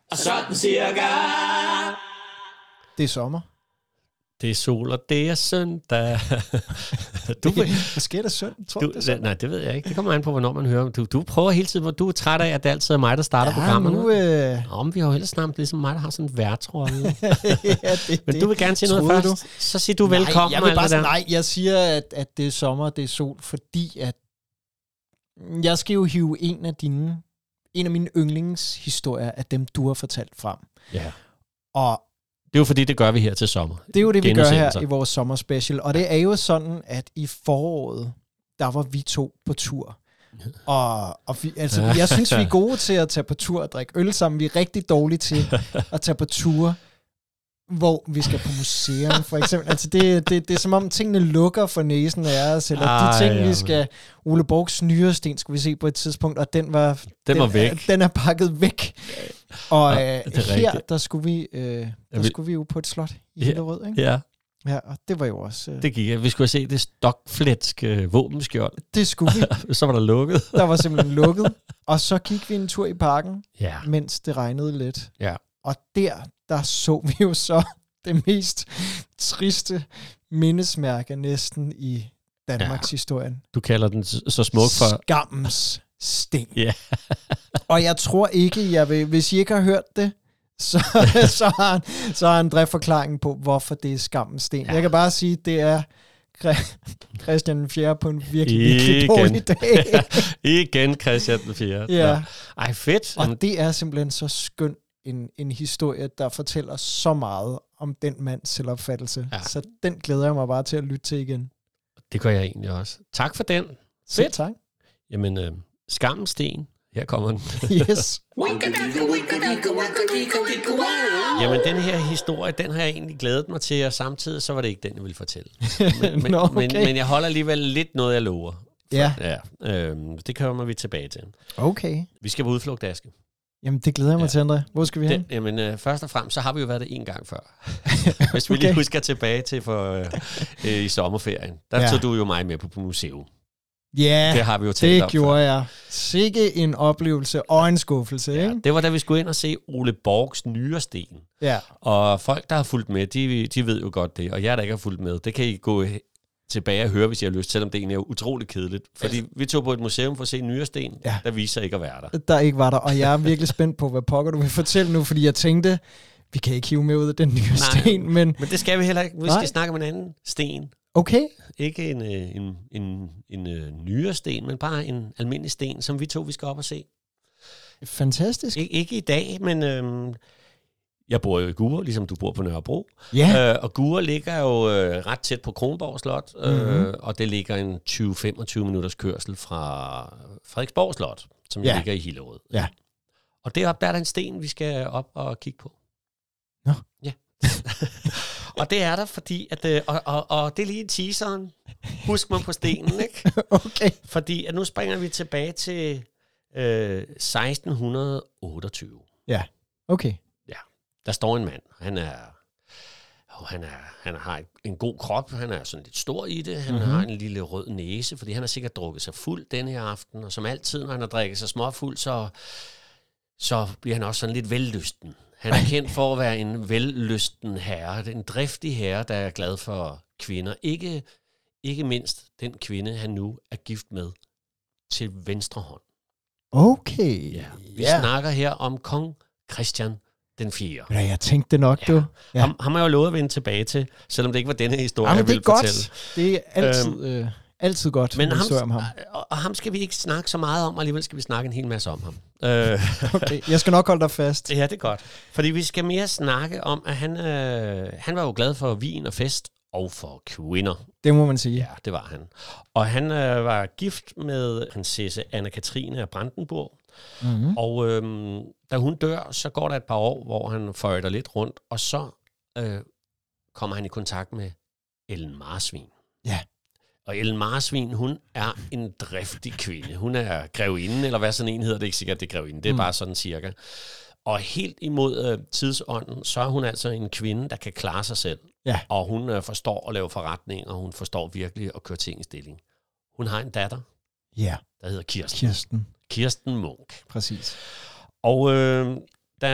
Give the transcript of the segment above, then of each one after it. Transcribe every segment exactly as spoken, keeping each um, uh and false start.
Sådan cirka. Det er sommer. Det er sol, og det er søndag. Du, Hvad sker der søndag? Tror du, det er nej, det ved jeg ikke. Det kommer an på, hvornår man hører. Du, du prøver hele tiden, hvor du er træt af, at det altid er mig, der starter ja, programmet. Nu, øh... Nå, men vi har jo ellers snart ligesom mig, der har sådan en værtrolle. ja, det, men det, du vil gerne sige noget først. Du? Så siger du nej, velkommen. Jeg vil bare, der. nej, jeg siger, at, at det er sommer, og det er sol, fordi at jeg skal jo hive en af dine, en af mine yndlingshistorier af dem, du har fortalt frem. Ja. Og det er jo fordi, det gør vi her til sommer. Det er jo det, vi gør her i vores sommerspecial. Og det er jo sådan, at i foråret, der var vi to på tur. Og, og vi, altså, jeg synes, vi er gode til at tage på tur og drikke øl sammen. Vi er rigtig dårlige til at tage på tur, hvor vi skal på museum, for eksempel. Altså, det, det, det er som om, tingene lukker for næsen af os, eller Ej, de ting, ja, vi skal... Ole Borgs nyresten skulle vi se på et tidspunkt, og den var... Den, den var væk. Den er pakket væk. Og ja, øh, her, der skulle vi, øh, der skulle vi jo på et slot i Hillerød, ikke? Ja. Ja, og det var jo også... Øh... Det gik jeg. Vi skulle se det stokfletske øh, våbenskjold. Det skulle vi. Så var der lukket. Der var simpelthen lukket. Og så gik vi en tur i parken, ja. mens det regnede lidt. Ja. Og der, der så vi jo så det mest triste mindesmærke næsten i Danmarks ja. historien. Du kalder den så smuk for... Skammens sten. Ja. Og jeg tror ikke, jeg vil... Hvis I ikke har hørt det, så, så, har, han, så har han driftsforklaringen på, hvorfor det er skammens sten. Ja. Jeg kan bare sige, det er Christian den fjerde på en virkelig, virkelig dårlig dag. Igen Christian den fjerde. Ja. Ej, fedt. Og det er simpelthen så skøn en, en historie, der fortæller så meget om den mands selvopfattelse. Ja. Så den glæder jeg mig bare til at lytte til igen. Det gør jeg egentlig også. Tak for den. Fedt. Tak. Jamen, øh, skammens sten. Her kommer den. Yes. Jamen, den her historie, den har jeg egentlig glædet mig til, og samtidig så var det ikke den, jeg ville fortælle. Men, men, no, okay. men, men jeg holder alligevel lidt noget, jeg lover. For, ja. ja øhm, det kommer vi tilbage til. Okay. Vi skal på udflugt, Aske. Jamen, det glæder jeg mig ja. til, André. Hvor skal vi hen? Den, jamen, øh, først og fremmest, så har vi jo været det en gang før. Hvis vi okay. lige husker tilbage til for, øh, øh, i sommerferien. Der ja. tog du jo mig med på, på museum. Ja, det har vi jo talt det gjorde før. jeg. Sikke en oplevelse og en skuffelse, ja, ikke? Det var da vi skulle ind og se Ole Borgs nyresten. Ja. Og folk, der har fulgt med, de, de ved jo godt det. Og jer, der ikke har fulgt med, det kan I gå tilbage og høre, hvis I har lyst, selvom det egentlig er utrolig kedeligt. Fordi vi tog på et museum for at se nyresten, ja. der viser ikke at være der. Der ikke var der, og jeg er virkelig spændt på, hvad pokker du vil fortælle nu, fordi jeg tænkte, vi kan ikke hive med ud af den nye sten, men... Men det skal vi heller ikke. Vi skal Nej. snakke om en anden sten. Okay. Ikke en, en, en, en, en nyere sten, men bare en almindelig sten, som vi to vi skal op og se. Fantastisk. Ik- ikke i dag, men øhm, jeg bor jo i Gurre, ligesom du bor på Nørrebro. Ja. Øh, og Gurre ligger jo øh, ret tæt på Kronborg Slot, øh, mm-hmm. og det ligger en tyve til femogtyve minutters kørsel fra Frederiksborg Slot, som ja. ligger i Hillerød. Ja. Og deroppe, der er der en sten, vi skal op og kigge på. Nå. Ja. Og det er der, fordi, at, øh, og, og, og det er lige teaseren. Husk mig på stenen, ikke? Okay. Fordi at nu springer vi tilbage til øh, seksten otteogtyve. Ja, okay. Ja, der står en mand. Han er, oh, han er, han har en god krop. Han er sådan lidt stor i det. Han mm-hmm. har en lille rød næse, fordi han har sikkert drukket sig fuld denne her aften. Og som altid, når han har drikket sig småfuld, så, så bliver han også sådan lidt vellysten. Han er kendt for at være en vellysten herre, en driftig herre, der er glad for kvinder. Ikke, ikke mindst den kvinde, han nu er gift med til venstre hånd. Okay. Ja. Vi ja. snakker her om kong Christian den fjerde. Ja, jeg tænkte det nok, ja. du. Ja. Ham, ham har jeg jo lovet at vende tilbage til, selvom det ikke var denne historie, Jamen, jeg ville godt. fortælle. Det er altid... Øhm, øh... Altid godt, men ham, om ham. Og, og ham skal vi ikke snakke så meget om, og alligevel skal vi snakke en hel masse om ham. Øh. Okay, jeg skal nok holde dig fast. Ja, det er godt. Fordi vi skal mere snakke om, at han, øh, han var jo glad for vin og fest, og for kvinder. Det må man sige. Ja, det var han. Og han øh, var gift med prinsesse Anne-Cathrine af Brandenburg. Mm-hmm. Og øh, da hun dør, så går der et par år, hvor han føjter lidt rundt, og så øh, kommer han i kontakt med Ellen Marsvin. Ja. Og Ellen Marsvin, hun er en driftig kvinde. Hun er grevinde, eller hvad sådan en hedder, det er ikke sikkert, det er grevinde. Det er mm. bare sådan cirka. Og helt imod øh, tidsånden, så er hun altså en kvinde, der kan klare sig selv. Ja. Og hun øh, forstår at lave forretning, og hun forstår virkelig at køre ting i stilling. Hun har en datter, ja. der hedder Kirsten. Kirsten. Kirsten Munk. Præcis. Og øh, da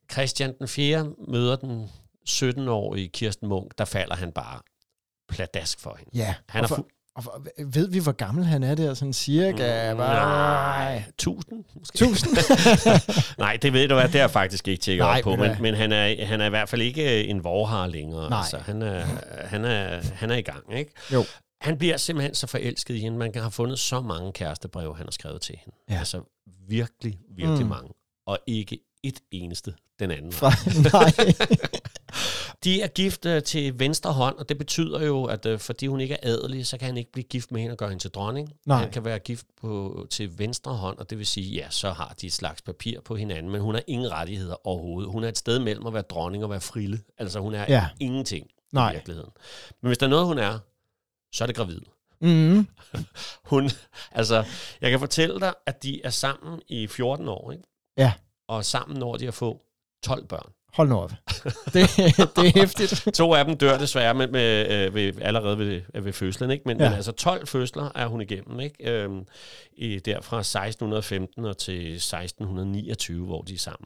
Christian den fjerde møder den sytten-årige Kirsten Munk, der falder han bare pladask for hende. Ja, han og, er for, fu- og for, ved vi, hvor gammel han er der? Sådan cirka? Mm, nej, tusind måske. Tusind? Nej, det ved du hvad, det er jeg faktisk ikke tjekket op på, men, men, men han, er, han er i hvert fald ikke en vorhar længere. Nej. Altså, han, er, han, er, han er i gang, ikke? Jo. Han bliver simpelthen så forelsket i hende. Man kan have fundet så mange kærestebreve, han har skrevet til hende. Ja. Altså virkelig, virkelig mm. mange. Og ikke et eneste den anden. Fra, nej. De er gift uh, til venstre hånd, og det betyder jo, at uh, fordi hun ikke er adelig, så kan han ikke blive gift med hende og gøre hende til dronning. Nej. Han kan være gift på, til venstre hånd, og det vil sige, ja, så har de et slags papir på hinanden, men hun har ingen rettigheder overhovedet. Hun er et sted mellem at være dronning og være frille. Altså hun er ja. ingenting nej. i virkeligheden. Men hvis der er noget, hun er, så er det gravid. Mm. hun, altså, jeg kan fortælle dig, at de er sammen i fjorten år, ikke? Ja. Og sammen når de at få tolv børn. Hold nu op. Det, det er hæftigt. To af dem dør desværre med, med, øh, ved, allerede ved, ved fødslen, ikke? Men, ja. men altså tolv fødsler er hun igennem, ikke? Øhm, i, der fra seksten femten og til seksten niogtyve, hvor de er sammen.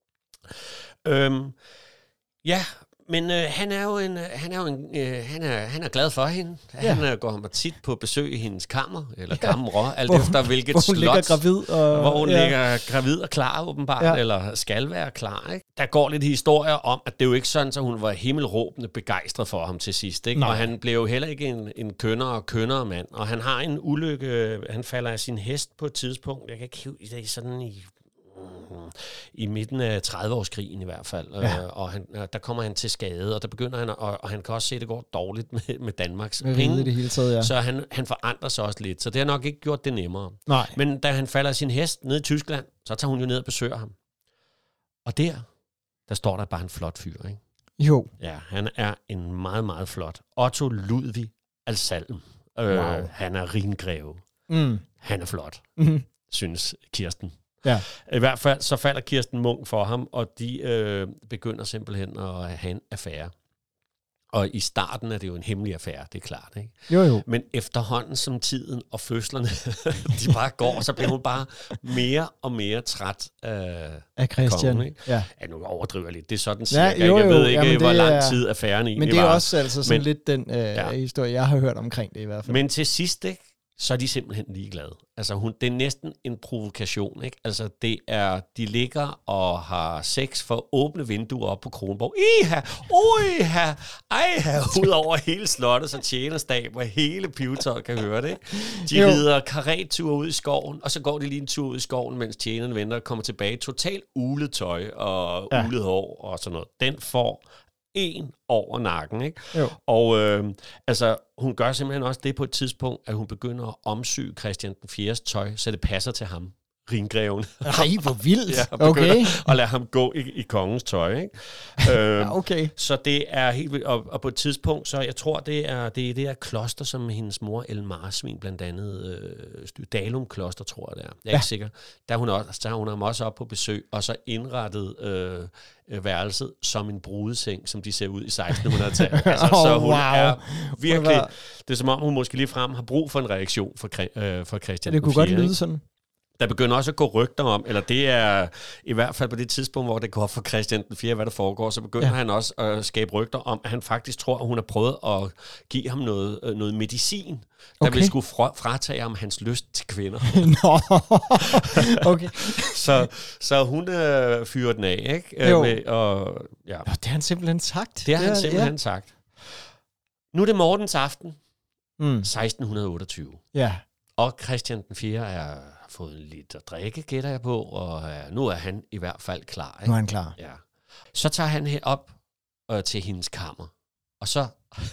Øhm, ja, men øh, han er jo en, han er jo en, øh, han er, han er glad for hende. Ja. Han øh, går tit på besøg i hendes kammer eller ja. kammer, alt hvor, efter hvilket hvor hun slot, ligger gravid og hvor hun ja. ligger gravid og klar åbenbart, ja. eller skal være klar. Ikke? Der går lidt historier om, at det er jo ikke sådan, at hun var himmelråbende begejstret for ham til sidst. Ikke? Og han blev jo heller ikke en, en kønnere og kønnere mand. Og han har en ulykke. Han falder af sin hest på et tidspunkt. Jeg kan ikke hive det sådan i i midten af tredive-årskrigen i hvert fald, ja. øh, og han, der kommer han til skade, og der begynder han, og, og han kan også se, at det går dårligt med, med Danmarks med penge, det hele taget, ja. så han, han forandrer sig også lidt, så det har nok ikke gjort det nemmere. Nej. Men da han falder af sin hest ned i Tyskland, så tager hun jo ned og besøger ham, og der, der står der bare en flot fyr, ikke? Jo. Ja, han er en meget, meget flot. Otto Ludvig Alsalm. Øh, wow. Han er ringreve. Mm. Han er flot, mm. synes Kirsten. Ja. I hvert fald så falder Kirsten Munk for ham, og de øh, begynder simpelthen at have en affære. Og i starten er det jo en hemmelig affære, det er klart, ikke? Jo, jo. Men efterhånden som tiden og fødslerne, de bare går, så bliver hun bare mere og mere træt af, af Christian. Kongen, ikke? Ja. Ja, nu overdriver lidt. Det er sådan cirka. Ja, jo, jo. Jeg ved ikke, Jamen, hvor lang er, tid affæren egentlig var. Men det er var. også altså sådan men, lidt den øh, ja. historie, jeg har hørt omkring det i hvert fald. Men til sidst, ikke? Så er de simpelthen ligeglade. Altså, hun, det er næsten en provokation, ikke? Altså, det er, de ligger og har sex for at åbne vinduer op på Kronborg. Iha, uiha, ejha, ud over hele slottet, så tjenerstab og hele pivetøjet kan høre det, ikke? De jo. rider karretture ud i skoven, og så går de lige en tur ud i skoven, mens tjeneren venter og kommer tilbage. Totalt ulet tøj og ja. ulet hår og sådan noget. Den får en over nakken, ikke? Jo. Og øh, altså, hun gør simpelthen også det på et tidspunkt, at hun begynder at omsy Christian den fjerdes tøj, så det passer til ham, ringreven. Ej, hvor vildt. Ja, okay. Og lade ham gå i, i kongens tøj, ikke? øh, ja, okay. Så det er helt vildt. Og, og på et tidspunkt, så jeg tror, det er det, er det her kloster, som hendes mor, El Marsvin, blandt andet, øh, Dalum Kloster, tror jeg det er. Jeg er ja. ikke sikker. Der er hun også, der er hun ham også op på besøg, og så indrettet øh, øh, værelset som en brudeseng, som de ser ud i sekstenhundredetallet. Altså, oh, så hun wow. er virkelig... Det er som om, hun måske lige frem har brug for en reaktion for, øh, for Christian. Ja, det kunne godt lyde sådan. Der begynder også at gå rygter om, eller det er i hvert fald på det tidspunkt, hvor det går for Christian den fjerde, hvad der foregår, så begynder ja. han også at skabe rygter om, at han faktisk tror, at hun har prøvet at give ham noget, noget medicin, der okay. vil skulle fratage ham hans lyst til kvinder. Nå, okay. så, så hun øh, fyrer den af, ikke? Jo. Med, og, ja. Nå, det har han simpelthen sagt. Det har han det, simpelthen ja. sagt. Nu er det Mortens aften, mm. seksten otteogtyve. Ja. Og Christian den fjerde er fået lidt at drikke, gætter jeg på, og uh, nu er han i hvert fald klar. Ikke? Nu er han klar. Ja. Så tager han her op uh, til hendes kammer, og så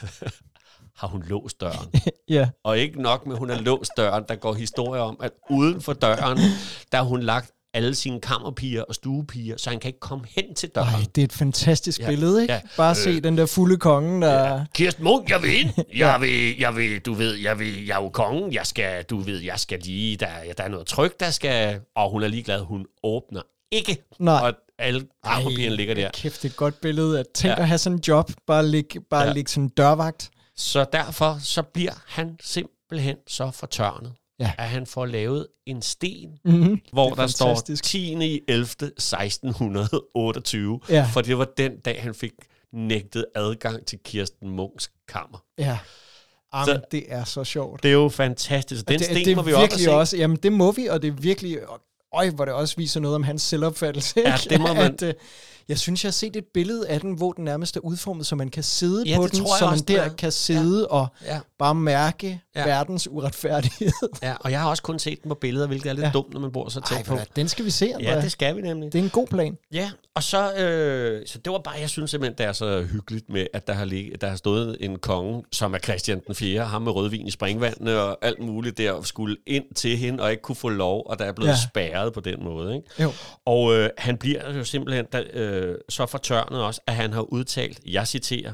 har hun låst døren. Ja. Og ikke nok med, at hun har låst døren, der går historier om, at uden for døren, der har hun lagt alle sine kammerpiger og stuepiger, så han kan ikke komme hen til døren. Ej, det er et fantastisk ja. billede, ikke? Ja. Bare øh. se den der fulde konge, der... Ja. Kirsten Munk, jeg vil ind. Jeg vil, jeg vil, du ved, jeg vil, jeg er jo kongen. Jeg skal, du ved, jeg skal lige, der, der er noget tryk, der skal... Og hun er ligeglad, hun åbner ikke. Nej. Og alle kammerpigerne ligger der. Kæft, det er et godt billede. At tænk ja. at have sådan en job, bare ligge bare ja. lig sådan en dørvagt. Så derfor, så bliver han simpelthen så fortørnet ja. at han får lavet en sten, mm-hmm. hvor der står tiende ellevte seksten otteogtyve, ja. for det var den dag, han fik nægtet adgang til Kirsten Munks kammer. Ja. Jamen, det er så sjovt. Det er jo fantastisk. Den det, sten det må vi virkelig også se. Også, jamen, det må vi, og det er virkelig... Øj, hvor det også viser noget om hans selvopfattelse. Ja, det må man... At, uh, jeg synes, jeg har set et billede af den, hvor den nærmest er udformet, så man kan sidde ja, på den, så man der er. kan sidde ja. og ja. bare mærke ja. verdens uretfærdighed. Ja, og jeg har også kun set den på billeder, hvilket er lidt ja. dumt, når man bor så tæt Ej, på. Ej, den skal vi se. Ja, det skal vi nemlig. Det er en god plan. Ja, og så, øh, så det var bare, jeg synes simpelthen, det er så hyggeligt med, at der har, lig- der har stået en konge, som er Christian den fjerde, ham med rødvin i springvandene og alt muligt der, og skulle ind til hende og ikke kunne få lov, og der er blevet ja. spærret på den måde. Ikke? Jo. Og øh, han bliver jo simpelthen der, øh, så fortørnet også, at han har udtalt, jeg citerer,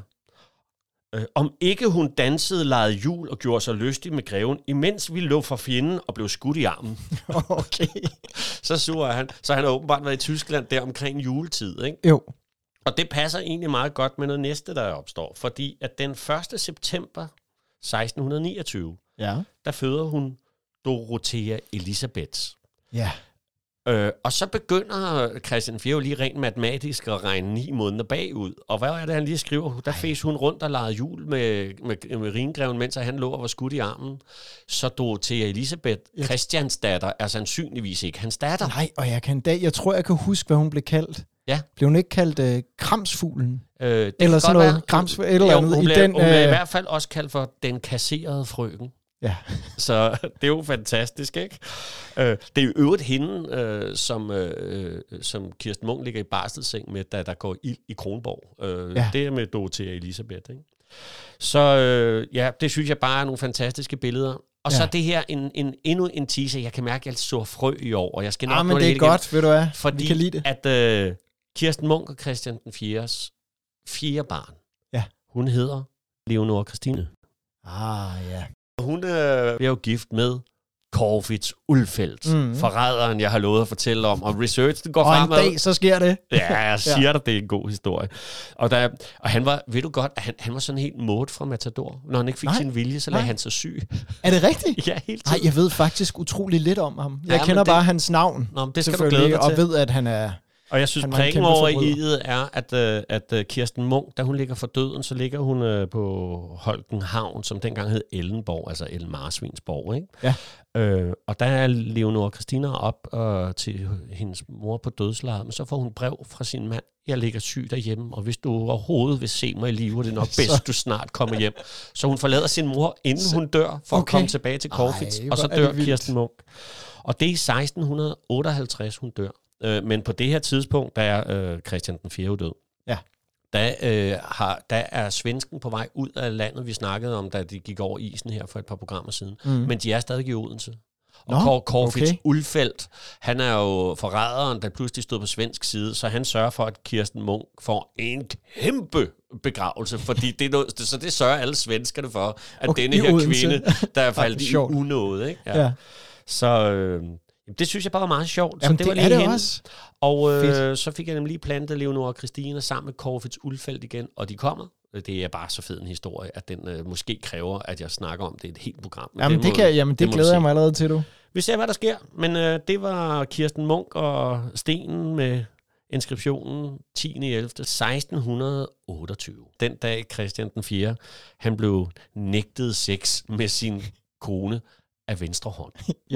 øh, om ikke hun dansede, legede jul og gjorde sig lystig med greven, imens vi lå for fjenden og blev skudt i armen. Okay. Så sur er han. Så han har åbenbart været i Tyskland der omkring juletid, ikke? Jo. Og det passer egentlig meget godt med noget næste, der opstår, fordi at den første september seksten niogtyve, ja. der føder hun Dorothea Elisabeth. Ja. Øh, og så begynder Christian den fjerde lige rent matematisk at regne ni måneder bagud. Og hvad er det, han lige skriver? Der fes hun rundt og legede jul med, med, med ringreven, mens han lå og var skudt i armen. Så Dorothea Elisabeth, ja. Christians datter, er sandsynligvis ikke hans datter. Nej, og jeg kan da, jeg tror, jeg kan huske, hvad hun blev kaldt. Ja. Blev hun ikke kaldt øh, Kramsfuglen? Øh, eller sådan noget Krams, et eller andet. Jo, hun i blev, den, hun blev øh... i hvert fald også kaldt for den kasserede frøken. Ja. Så det er jo fantastisk, ikke? Øh, det er jo øvrigt hende, øh, som, øh, som Kirsten Munk ligger i barselsseng med, da der går ild i Kronborg. Øh, ja. Det er med Dorothea Elisabeth, ikke? Så øh, ja, det synes jeg bare er nogle fantastiske billeder. Og ja. så det her en, en, endnu en teaser. Jeg kan mærke, at jeg så frø i år, og jeg skal nok ah, men det er godt, igen, ved du hvad? Fordi vi kan lide det. at øh, Kirsten Munk og Christian den fjerdes fire barn, ja. hun hedder Leonora Christine. Ah, ja. Hun er jo gift med Corfitz Ulfeldt, mm. forræderen, jeg har lovet at fortælle om, og research, det går og fremad. Og en dag, så sker det. Ja, jeg siger ja. dig, det er en god historie. Og, der, og han var, ved du godt, at han, han var sådan helt mode fra Matador. Når han ikke fik Nej. sin vilje, så lagde Nej. han sig syg. Er det rigtigt? Ja, helt Nej, jeg ved faktisk utrolig lidt om ham. Jeg ja, kender det, bare hans navn. Nå, det skal du glæde dig til. Og ved, at han er... Og jeg synes, prikken over i i'et er, at, uh, at uh, Kirsten Munk, da hun ligger for døden, så ligger hun uh, på Holkenhavn, som dengang hed Ellenborg, altså Ellen Marsvinsborg, ikke? Ja. Øh, og der er Leonora Christina op uh, til hendes mor på dødslejet, men så får hun brev fra sin mand, jeg ligger syg derhjemme, og hvis du overhovedet vil se mig i live, er det nok bedst, så... du snart kommer hjem. Så hun forlader sin mor, inden så... hun dør, for okay. at komme tilbage til Corfitz, og så dør Kirsten Munk. Og det er i seksten otteoghalvtreds, hun dør. Men på det her tidspunkt, der er øh, Christian den fjerde død. Ja. Der, øh, har, der er svensken på vej ud af landet, vi snakkede om, da de gik over isen her for et par programmer siden. Mm. Men de er stadig i Odense. Og Nå, Corfitz okay. Ulfeldt, han er jo forræderen, der pludselig stod på svensk side, så han sørger for, at Kirsten Munk får en kæmpe begravelse, fordi det er noget, så det sørger alle svenskerne for, at okay, denne her Odense. Kvinde, der er faldet i unåde. Ikke? Ja. Ja. Så... Øh, det synes jeg bare var meget sjovt. Jamen, så det, det var lige er det hende. også. Og øh, så fik jeg nemlig plantet Leonora og Christine sammen med Corfitz Ulfeldt igen, og de kommer. Det er bare så fed en historie, at den øh, måske kræver, at jeg snakker om det et helt program. Men jamen, det, det, kan, jamen, det, det glæder jeg mig allerede til, du. Vi ser, hvad der sker. Men øh, det var Kirsten Munk og stenen med inskriptionen tiende ellevte seksten otteogtyve. Den dag Christian den fjerde, han blev nægtet sex med sin kone af venstre hånd. Ja.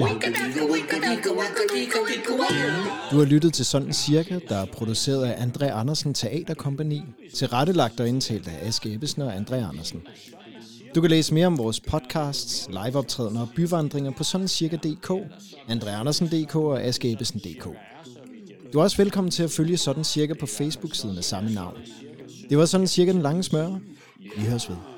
Du har lyttet til Sådan Cirka, der er produceret af André Andersen Teaterkompagni, tilrettelagt og indtalt af Aske Ebbesen og André Andersen. Du kan læse mere om vores podcasts, liveoptrædener og byvandringer på sådan cirka punktum d k, André Andersen punktum d k og Aske Ebbesen punktum d k. Du er også velkommen til at følge Sådan Cirka på Facebook-siden af samme navn. Det var Sådan Cirka den lange smør. Vi høres ved.